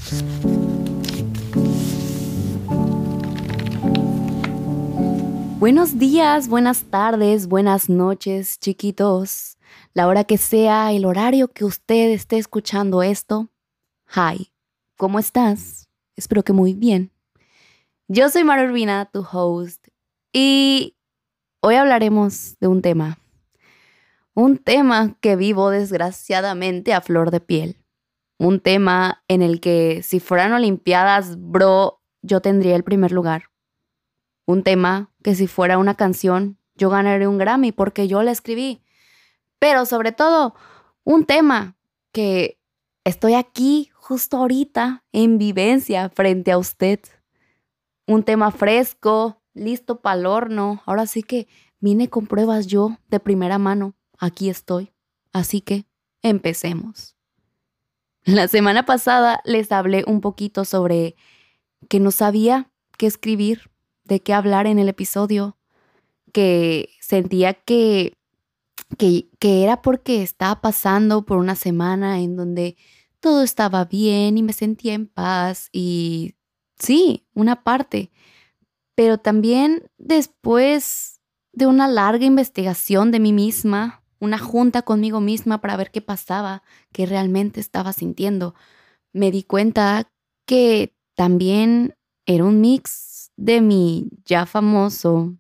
Buenos días, buenas tardes, buenas noches, chiquitos. La hora que sea, el horario que usted esté escuchando esto. Hi, ¿cómo estás? Espero que muy bien. Yo soy Mara Urbina, tu host, y hoy hablaremos de un tema. Un tema que vivo desgraciadamente a flor de piel. Un tema en el que si fueran olimpiadas, bro, yo tendría el primer lugar. Un tema que si fuera una canción, yo ganaría un Grammy porque yo la escribí. Pero sobre todo, un tema que estoy aquí justo ahorita en vivencia frente a usted. Un tema fresco, listo para el horno. Ahora sí que vine con pruebas yo de primera mano. Aquí estoy. Así que empecemos. La semana pasada les hablé un poquito sobre que no sabía qué escribir, de qué hablar en el episodio, que sentía que era porque estaba pasando por una semana en donde todo estaba bien y me sentía en paz y sí, una parte, pero también después de una larga investigación de mí misma, una junta conmigo misma para ver qué pasaba, qué realmente estaba sintiendo, me di cuenta que también era un mix de mi ya famoso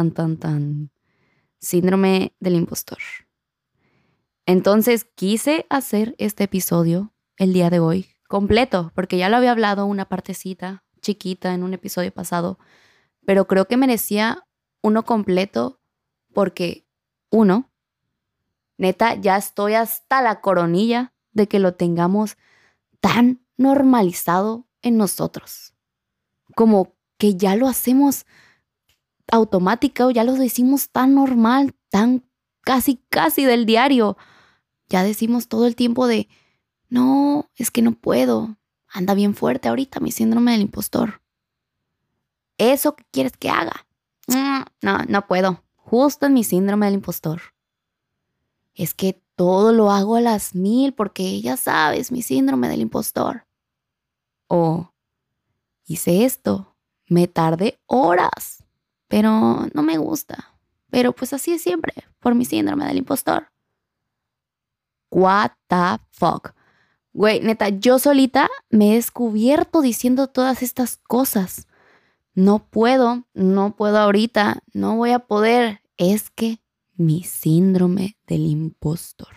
síndrome del impostor. Entonces quise hacer este episodio el día de hoy completo, porque ya lo había hablado una partecita chiquita en un episodio pasado, pero creo que merecía uno completo porque, uno, neta, ya estoy hasta la coronilla de que lo tengamos tan normalizado en nosotros. Como que ya lo hacemos automático, ya lo decimos tan normal, tan casi del diario. Ya decimos todo el tiempo de, no, es que no puedo. Anda bien fuerte ahorita mi síndrome del impostor. ¿Eso qué quieres que haga? No puedo. Justo en mi síndrome del impostor. Es que todo lo hago a las 1000 porque ya sabes, mi síndrome del impostor. O hice esto, me tardé horas, pero no me gusta. Pero pues así es siempre, por mi síndrome del impostor. What the fuck? Güey, neta, yo solita me he descubierto diciendo todas estas cosas. No puedo ahorita, no voy a poder. Es que mi síndrome del impostor.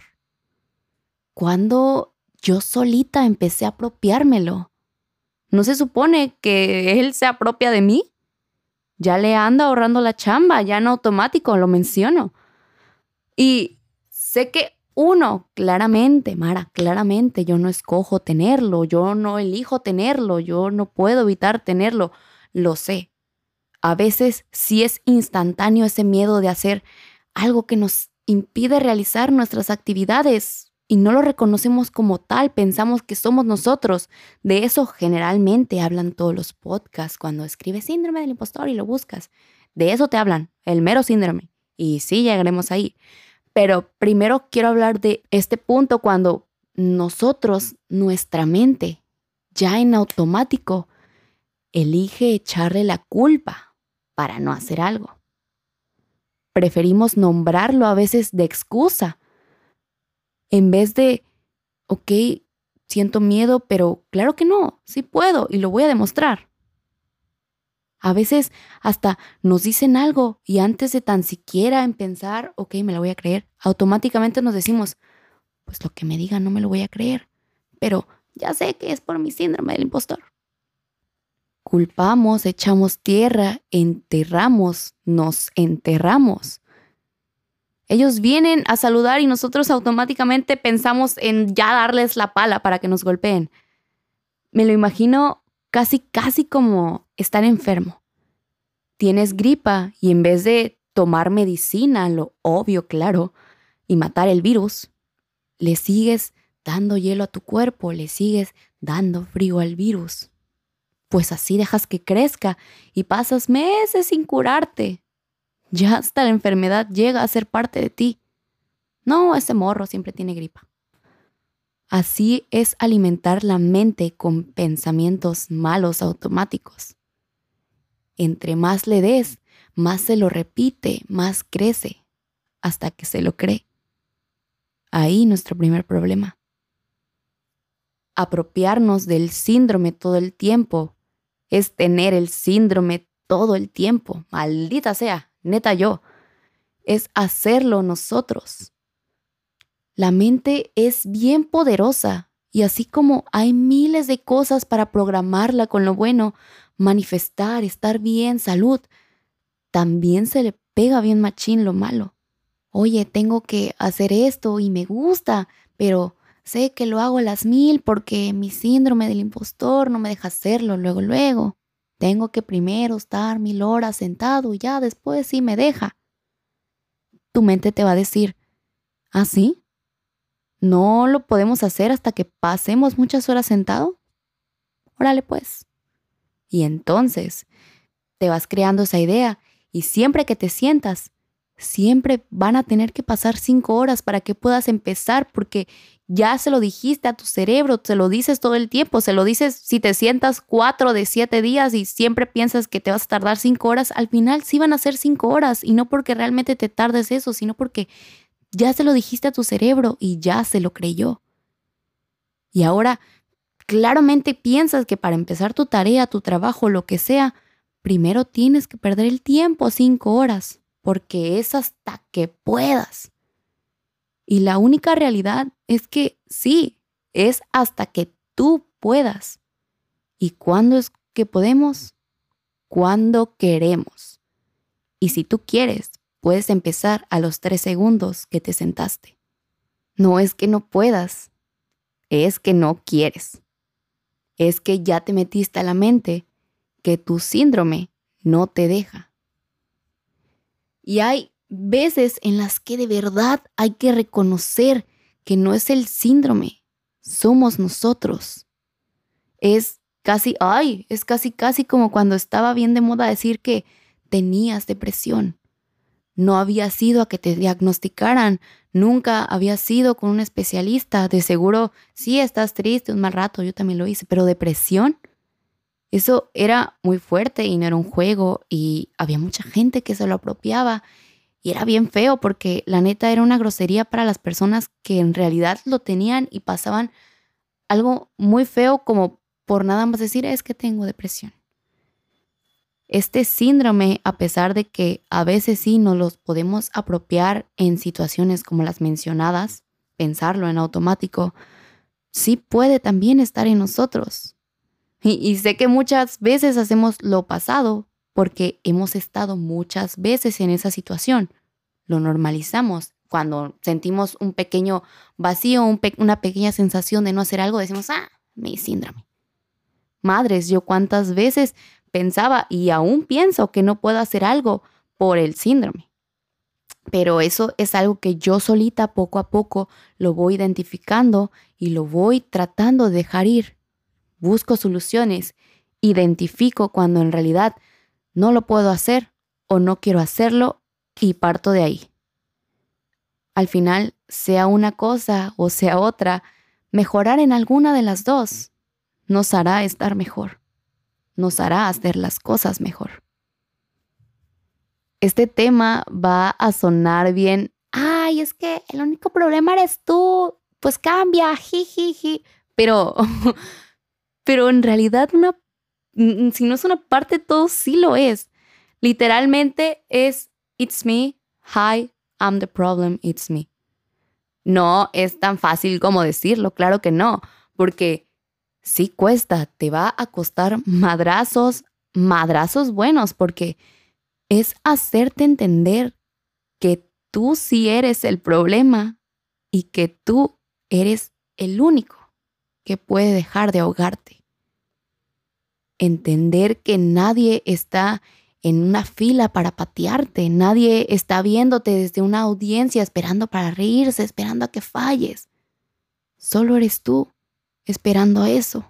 Cuando yo solita empecé a apropiármelo. ¿No se supone que él se apropia de mí? Ya le anda ahorrando la chamba, ya en automático lo menciono. Y sé que claramente, Mara, claramente yo no escojo tenerlo, yo no elijo tenerlo, yo no puedo evitar tenerlo, lo sé. A veces sí es instantáneo ese miedo de hacer algo que nos impide realizar nuestras actividades y no lo reconocemos como tal, pensamos que somos nosotros. De eso generalmente hablan todos los podcasts cuando escribes síndrome del impostor y lo buscas. De eso te hablan, el mero síndrome. Y sí, llegaremos ahí. Pero primero quiero hablar de este punto cuando nosotros, nuestra mente, ya en automático, elige echarle la culpa para no hacer algo. Preferimos nombrarlo a veces de excusa, en vez de, ok, siento miedo, pero claro que no, sí puedo y lo voy a demostrar. A veces hasta nos dicen algo y antes de tan siquiera en pensar, ok, me la voy a creer, automáticamente nos decimos, pues lo que me digan no me lo voy a creer, pero ya sé que es por mi síndrome del impostor. Culpamos, echamos tierra, enterramos, nos enterramos. Ellos vienen a saludar y nosotros automáticamente pensamos en ya darles la pala para que nos golpeen. Me lo imagino casi como estar enfermo. Tienes gripa y en vez de tomar medicina, lo obvio, claro, y matar el virus, le sigues dando hielo a tu cuerpo, le sigues dando frío al virus. Pues así dejas que crezca y pasas meses sin curarte. Ya hasta la enfermedad llega a ser parte de ti. No, ese morro siempre tiene gripa. Así es alimentar la mente con pensamientos malos automáticos. Entre más le des, más se lo repite, más crece, hasta que se lo cree. Ahí nuestro primer problema. Apropiarnos del síndrome todo el tiempo es tener el síndrome todo el tiempo. Maldita sea, neta yo. Es hacerlo nosotros. La mente es bien poderosa y así como hay miles de cosas para programarla con lo bueno, manifestar, estar bien, salud, también se le pega bien machín lo malo. Oye, tengo que hacer esto y me gusta, pero sé que lo hago a las 1000 porque mi síndrome del impostor no me deja hacerlo luego. Tengo que primero estar 1000 horas sentado y ya después sí me deja. Tu mente te va a decir, ¿ah, sí? ¿No lo podemos hacer hasta que pasemos muchas horas sentado? Órale pues. Y entonces te vas creando esa idea y siempre que te sientas, siempre van a tener que pasar 5 horas para que puedas empezar porque ya se lo dijiste a tu cerebro, se lo dices todo el tiempo, se lo dices si te sientas 4 de 7 días y siempre piensas que te vas a tardar 5 horas, al final sí van a ser 5 horas y no porque realmente te tardes eso, sino porque ya se lo dijiste a tu cerebro y ya se lo creyó. Y ahora claramente piensas que para empezar tu tarea, tu trabajo, lo que sea, primero tienes que perder el tiempo 5 horas, porque es hasta que puedas. Y la única realidad es que sí, es hasta que tú puedas. ¿Y cuándo es que podemos? Cuando queremos. Y si tú quieres, puedes empezar a los 3 segundos que te sentaste. No es que no puedas, es que no quieres. Es que ya te metiste a la mente que tu síndrome no te deja. Y hay veces en las que de verdad hay que reconocer que no es el síndrome, somos nosotros. Es casi como cuando estaba bien de moda decir que tenías depresión. No habías ido a que te diagnosticaran, nunca habías ido con un especialista. De seguro, sí estás triste un mal rato, yo también lo hice, pero depresión, eso era muy fuerte y no era un juego y había mucha gente que se lo apropiaba y era bien feo porque la neta era una grosería para las personas que en realidad lo tenían y pasaban algo muy feo como por nada más decir es que tengo depresión. Este síndrome, a pesar de que a veces sí nos los podemos apropiar en situaciones como las mencionadas, pensarlo en automático, sí puede también estar en nosotros. Y sé que muchas veces hacemos lo pasado porque hemos estado muchas veces en esa situación. Lo normalizamos. Cuando sentimos un pequeño vacío, una pequeña sensación de no hacer algo, decimos, mi síndrome. Madres, yo cuántas veces pensaba y aún pienso que no puedo hacer algo por el síndrome. Pero eso es algo que yo solita poco a poco lo voy identificando y lo voy tratando de dejar ir. Busco soluciones, identifico cuando en realidad no lo puedo hacer o no quiero hacerlo y parto de ahí. Al final, sea una cosa o sea otra, mejorar en alguna de las dos nos hará estar mejor, nos hará hacer las cosas mejor. Este tema va a sonar bien. Ay, es que el único problema eres tú. Pues cambia, jijiji. Pero en realidad si no es una parte, todo sí lo es. Literalmente es it's me, hi, I'm the problem, it's me. No es tan fácil como decirlo, claro que no, porque sí cuesta, te va a costar madrazos buenos, porque es hacerte entender que tú sí eres el problema y que tú eres el único que puede dejar de ahogarte. Entender que nadie está en una fila para patearte, nadie está viéndote desde una audiencia esperando para reírse, esperando a que falles. Solo eres tú, esperando a eso.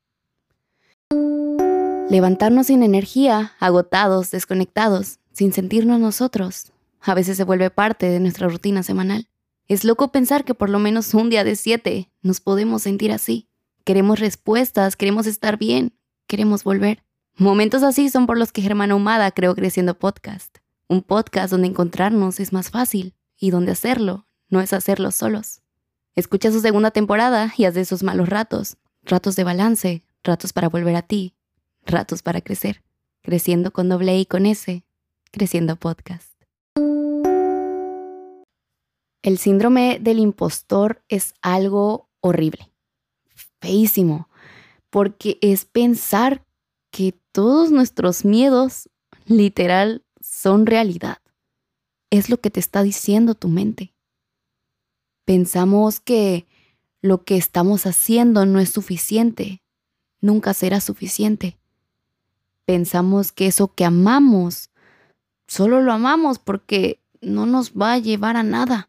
Levantarnos sin energía, agotados, desconectados, sin sentirnos nosotros, a veces se vuelve parte de nuestra rutina semanal. Es loco pensar que por lo menos un día de 7 nos podemos sentir así. Queremos respuestas, queremos estar bien, queremos volver. Momentos así son por los que Germana Ahumada creó Creciendo Podcast. Un podcast donde encontrarnos es más fácil y donde hacerlo no es hacerlo solos. Escucha su segunda temporada y haz de esos malos ratos, ratos de balance, ratos para volver a ti, ratos para crecer. Creciendo con doble E y con S, Creciendo Podcast. El síndrome del impostor es algo horrible, feísimo, porque es pensar que todos nuestros miedos, literal, son realidad. Es lo que te está diciendo tu mente. Pensamos que lo que estamos haciendo no es suficiente, nunca será suficiente. Pensamos que eso que amamos, solo lo amamos porque no nos va a llevar a nada.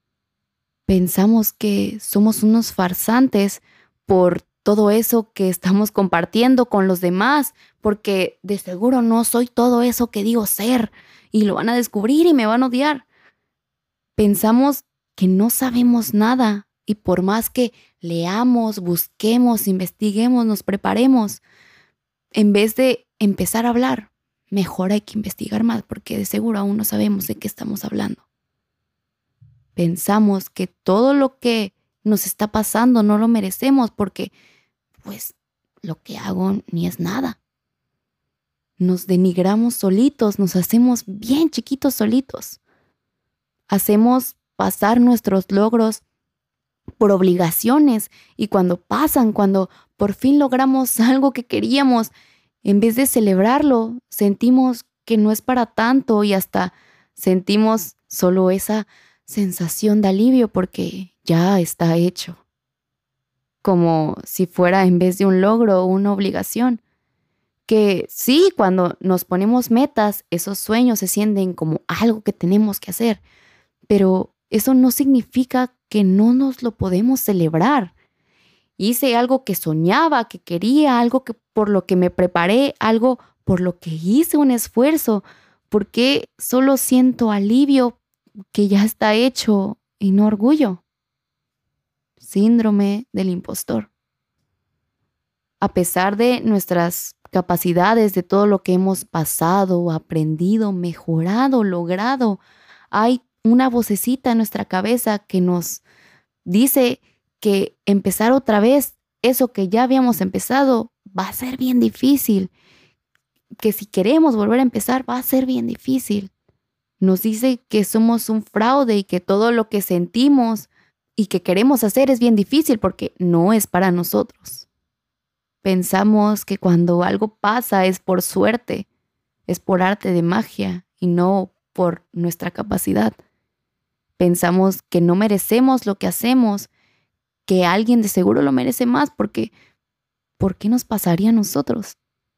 Pensamos que somos unos farsantes por todo eso que estamos compartiendo con los demás, porque de seguro no soy todo eso que digo ser y lo van a descubrir y me van a odiar. Pensamos que no sabemos nada y por más que leamos, busquemos, investiguemos, nos preparemos, en vez de empezar a hablar, mejor hay que investigar más porque de seguro aún no sabemos de qué estamos hablando. Pensamos que todo lo que nos está pasando no lo merecemos porque, pues, lo que hago ni es nada. Nos denigramos solitos, nos hacemos bien chiquitos solitos. Hacemos pasar nuestros logros por obligaciones y cuando pasan, cuando por fin logramos algo que queríamos, en vez de celebrarlo, sentimos que no es para tanto y hasta sentimos solo esa sensación de alivio porque ya está hecho. Como si fuera en vez de un logro una obligación. Que sí, cuando nos ponemos metas, esos sueños se sienten como algo que tenemos que hacer, pero eso no significa que no nos lo podemos celebrar. Hice algo que soñaba, que quería, algo que por lo que me preparé, algo por lo que hice un esfuerzo. ¿Por qué solo siento alivio que ya está hecho y no orgullo? Síndrome del impostor. A pesar de nuestras capacidades, de todo lo que hemos pasado, aprendido, mejorado, logrado, hay una vocecita en nuestra cabeza que nos dice que empezar otra vez, eso que ya habíamos empezado, va a ser bien difícil. Que si queremos volver a empezar, va a ser bien difícil. Nos dice que somos un fraude y que todo lo que sentimos y que queremos hacer es bien difícil porque no es para nosotros. Pensamos que cuando algo pasa es por suerte, es por arte de magia y no por nuestra capacidad. Pensamos que no merecemos lo que hacemos, que alguien de seguro lo merece más porque ¿por qué nos pasaría a nosotros?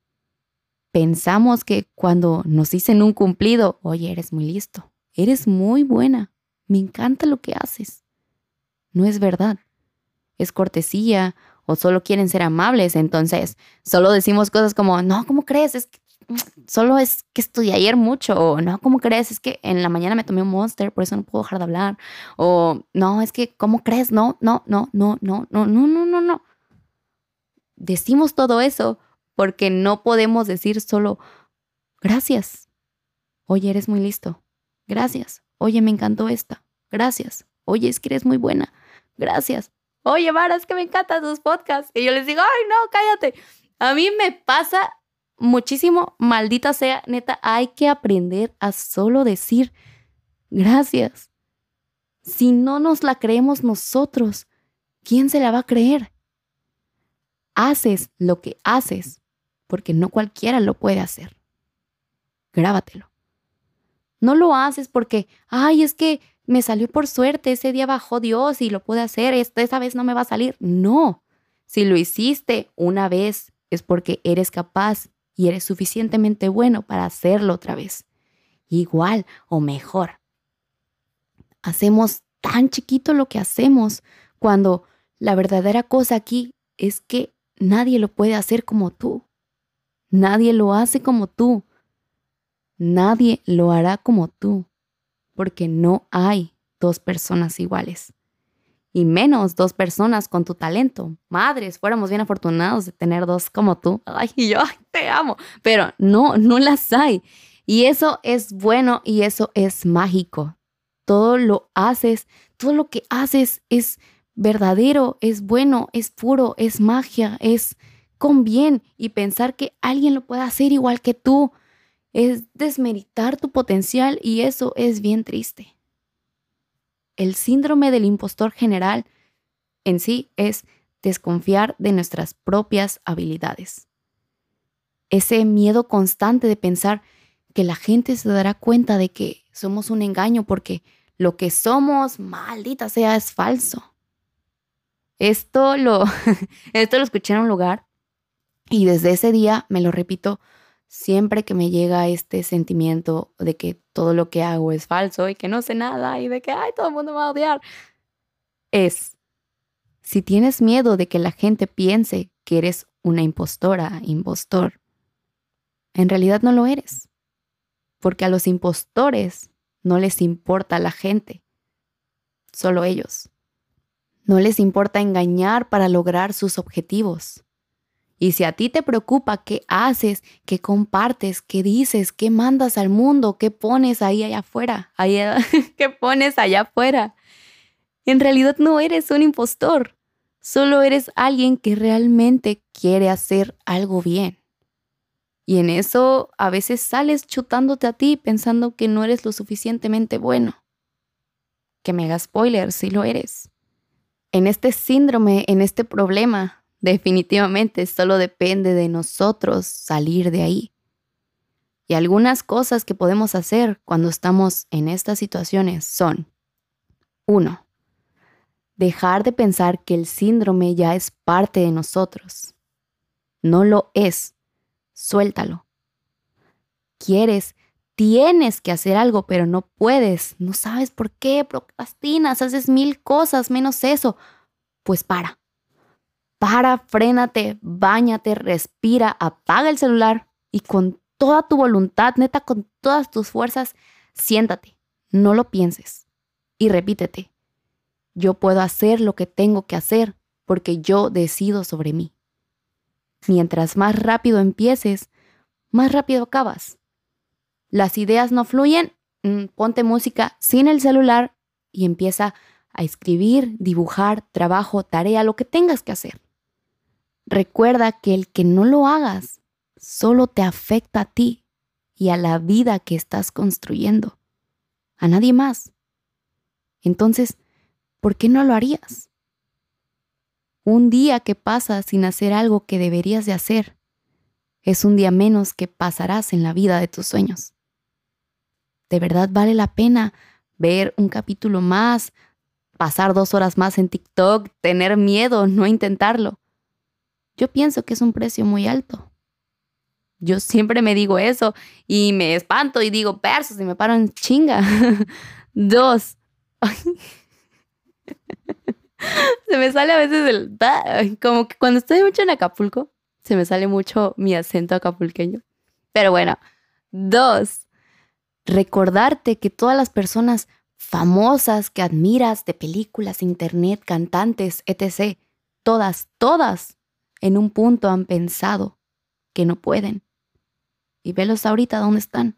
Pensamos que cuando nos dicen un cumplido, oye, eres muy listo, eres muy buena, me encanta lo que haces. No es verdad, es cortesía o solo quieren ser amables, entonces solo decimos cosas como, no, ¿cómo crees? Es que solo es que estudié ayer mucho, o no, ¿cómo crees? Es que en la mañana me tomé un Monster, por eso no puedo dejar de hablar, o no, es que, ¿cómo crees? No. Decimos todo eso porque no podemos decir solo, gracias, oye, eres muy listo, gracias, oye, me encantó esta, gracias, oye, es que eres muy buena, gracias, oye, Mara, es que me encantan tus podcasts. Y yo les digo, ay, no, cállate. A mí me pasa muchísimo, maldita sea, neta, hay que aprender a solo decir gracias. Si no nos la creemos nosotros, ¿quién se la va a creer? Haces lo que haces porque no cualquiera lo puede hacer. Grábatelo. No lo haces porque, ay, es que me salió por suerte, ese día bajó Dios y lo pude hacer, esa vez no me va a salir. No, si lo hiciste una vez es porque eres capaz y eres suficientemente bueno para hacerlo otra vez. Igual o mejor. Hacemos tan chiquito lo que hacemos cuando la verdadera cosa aquí es que nadie lo puede hacer como tú. Nadie lo hace como tú. Nadie lo hará como tú. Porque no hay dos personas iguales. Y menos dos personas con tu talento. Madres, fuéramos bien afortunados de tener dos como tú. Ay, ay, te amo. Pero no las hay. Y eso es bueno y eso es mágico. Todo lo que haces es verdadero, es bueno, es puro, es magia, es con bien. Y pensar que alguien lo puede hacer igual que tú es desmeritar tu potencial y eso es bien triste. El síndrome del impostor general en sí es desconfiar de nuestras propias habilidades. Ese miedo constante de pensar que la gente se dará cuenta de que somos un engaño porque lo que somos, maldita sea, es falso. Esto lo escuché en un lugar y desde ese día me lo repito siempre que me llega este sentimiento de que todo lo que hago es falso y que no sé nada y de que ay, todo el mundo me va a odiar. Si tienes miedo de que la gente piense que eres una impostora, impostor, en realidad no lo eres. Porque a los impostores no les importa la gente, solo ellos. No les importa engañar para lograr sus objetivos. Y si a ti te preocupa qué haces, qué compartes, qué dices, qué mandas al mundo, qué pones allá afuera, qué pones allá afuera, en realidad no eres un impostor. Solo eres alguien que realmente quiere hacer algo bien. Y en eso a veces sales chutándote a ti pensando que no eres lo suficientemente bueno. Que mega spoiler, sí lo eres. En este síndrome, en este problema, definitivamente solo depende de nosotros salir de ahí. Y algunas cosas que podemos hacer cuando estamos en estas situaciones son: 1. Dejar de pensar que el síndrome ya es parte de nosotros. No lo es. Suéltalo. Tienes que hacer algo, pero no puedes. No sabes por qué, procrastinas, haces 1000 cosas menos eso. Pues para, frénate, báñate, respira, apaga el celular y con toda tu voluntad, neta, con todas tus fuerzas, siéntate, no lo pienses y repítete: yo puedo hacer lo que tengo que hacer porque yo decido sobre mí. Mientras más rápido empieces, más rápido acabas. Las ideas no fluyen, ponte música sin el celular y empieza a escribir, dibujar, trabajo, tarea, lo que tengas que hacer. Recuerda que el que no lo hagas solo te afecta a ti y a la vida que estás construyendo, a nadie más. Entonces, ¿por qué no lo harías? Un día que pasa sin hacer algo que deberías de hacer es un día menos que pasarás en la vida de tus sueños. ¿De verdad vale la pena ver un capítulo más, pasar 2 horas más en TikTok, tener miedo, no intentarlo? Yo pienso que es un precio muy alto. Yo siempre me digo eso y me espanto y digo versos y me paro en chinga. 2. Se me sale a veces como que cuando estoy mucho en Acapulco, se me sale mucho mi acento acapulqueño. Pero bueno, 2. Recordarte que todas las personas famosas que admiras de películas, internet, cantantes, etc., todas, en un punto han pensado que no pueden. Y velos ahorita dónde están.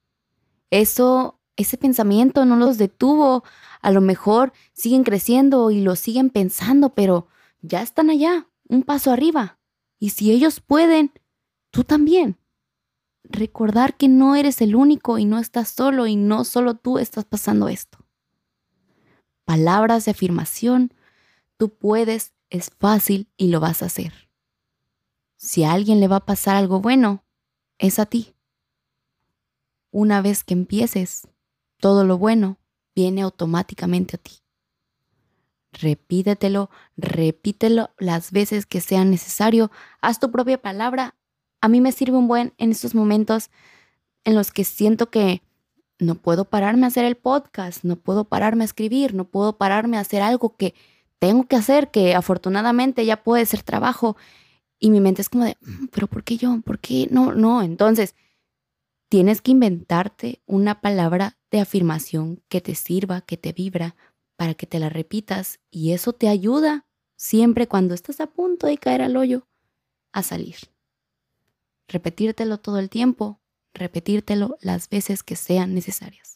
Ese pensamiento no los detuvo. A lo mejor siguen creciendo y lo siguen pensando, pero ya están allá, un paso arriba. Y si ellos pueden, tú también. Recordar que no eres el único y no estás solo y no solo tú estás pasando esto. Palabras de afirmación: tú puedes, es fácil y lo vas a hacer. Si a alguien le va a pasar algo bueno, es a ti. Una vez que empieces, todo lo bueno viene automáticamente a ti. Repítelo las veces que sea necesario. Haz tu propia palabra. A mí me sirve un buen en estos momentos en los que siento que no puedo pararme a hacer el podcast, no puedo pararme a escribir, no puedo pararme a hacer algo que tengo que hacer, que afortunadamente ya puede ser trabajo. Y mi mente es como de, ¿pero por qué yo? ¿Por qué no? Entonces, tienes que inventarte una palabra de afirmación que te sirva, que te vibra, para que te la repitas y eso te ayuda siempre cuando estás a punto de caer al hoyo a salir. Repetírtelo todo el tiempo, repetírtelo las veces que sean necesarias.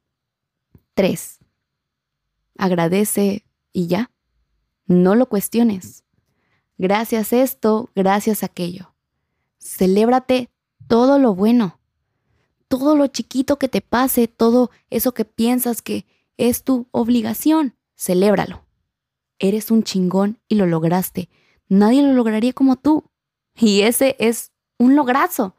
3. Agradece y ya. No lo cuestiones. Gracias esto, gracias aquello. Celébrate todo lo bueno. Todo lo chiquito que te pase, todo eso que piensas que es tu obligación, celébralo. Eres un chingón y lo lograste. Nadie lo lograría como tú. Y ese es un lograzo.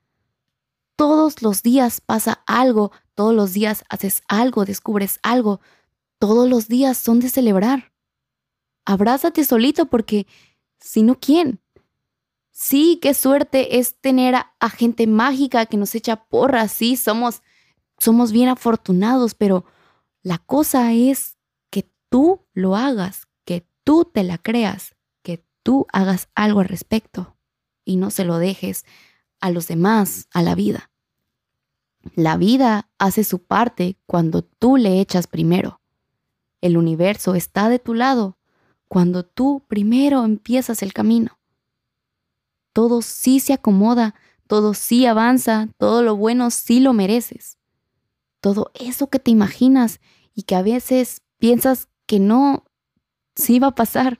Todos los días pasa algo, todos los días haces algo, descubres algo. Todos los días son de celebrar. Abrázate solito porque, si no, ¿quién? Sí, qué suerte es tener a gente mágica que nos echa porras. Sí, somos bien afortunados, pero la cosa es que tú lo hagas, que tú te la creas, que tú hagas algo al respecto y no se lo dejes a los demás, a la vida. La vida hace su parte cuando tú le echas primero. El universo está de tu lado cuando tú primero empiezas el camino. Todo sí se acomoda, todo sí avanza, todo lo bueno sí lo mereces. Todo eso que te imaginas y que a veces piensas que no, sí va a pasar.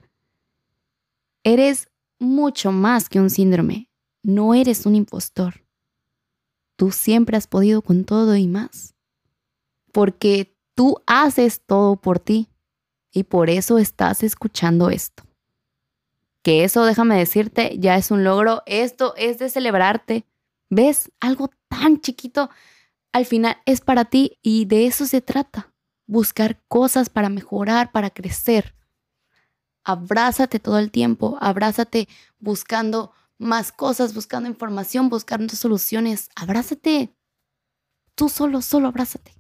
Eres mucho más que un síndrome, no eres un impostor. Tú siempre has podido con todo y más. Porque tú haces todo por ti y por eso estás escuchando esto. Que eso, déjame decirte, ya es un logro. Esto es de celebrarte. ¿Ves? Algo tan chiquito al final es para ti y de eso se trata. Buscar cosas para mejorar, para crecer. Abrázate todo el tiempo. Abrázate buscando más cosas, buscando información, buscando soluciones. Abrázate. Tú solo abrázate.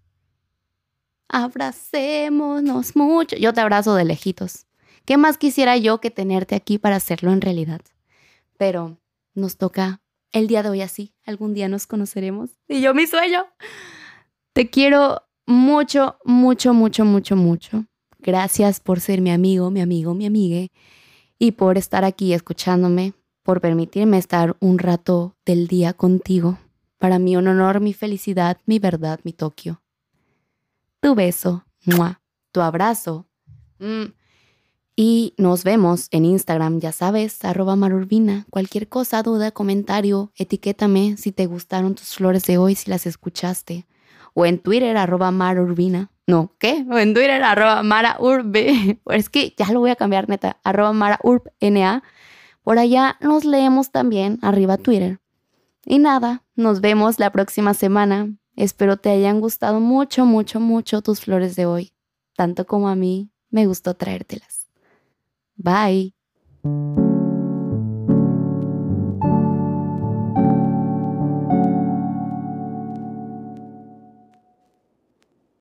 Abracémonos mucho. Yo te abrazo de lejitos. ¿Qué más quisiera yo que tenerte aquí para hacerlo en realidad? Pero nos toca el día de hoy así. Algún día nos conoceremos. Y yo mi sueño. Te quiero mucho, mucho, mucho, mucho, mucho. Gracias por ser mi amigo, mi amigue. Y por estar aquí escuchándome. Por permitirme estar un rato del día contigo. Para mí un honor, mi felicidad, mi verdad, mi Tokio. Tu beso, ¡mua!, tu abrazo. Y nos vemos en Instagram, ya sabes, @marurbina. Cualquier cosa, duda, comentario, etiquétame si te gustaron tus flores de hoy, si las escuchaste. O en Twitter, @marurbina. No, ¿qué? O en Twitter, @maraurbe. Es que ya lo voy a cambiar, neta, @maraurbna. Por allá nos leemos también, arriba Twitter. Y nada, nos vemos la próxima semana. Espero te hayan gustado mucho, mucho, mucho tus flores de hoy. Tanto como a mí me gustó traértelas. Bye.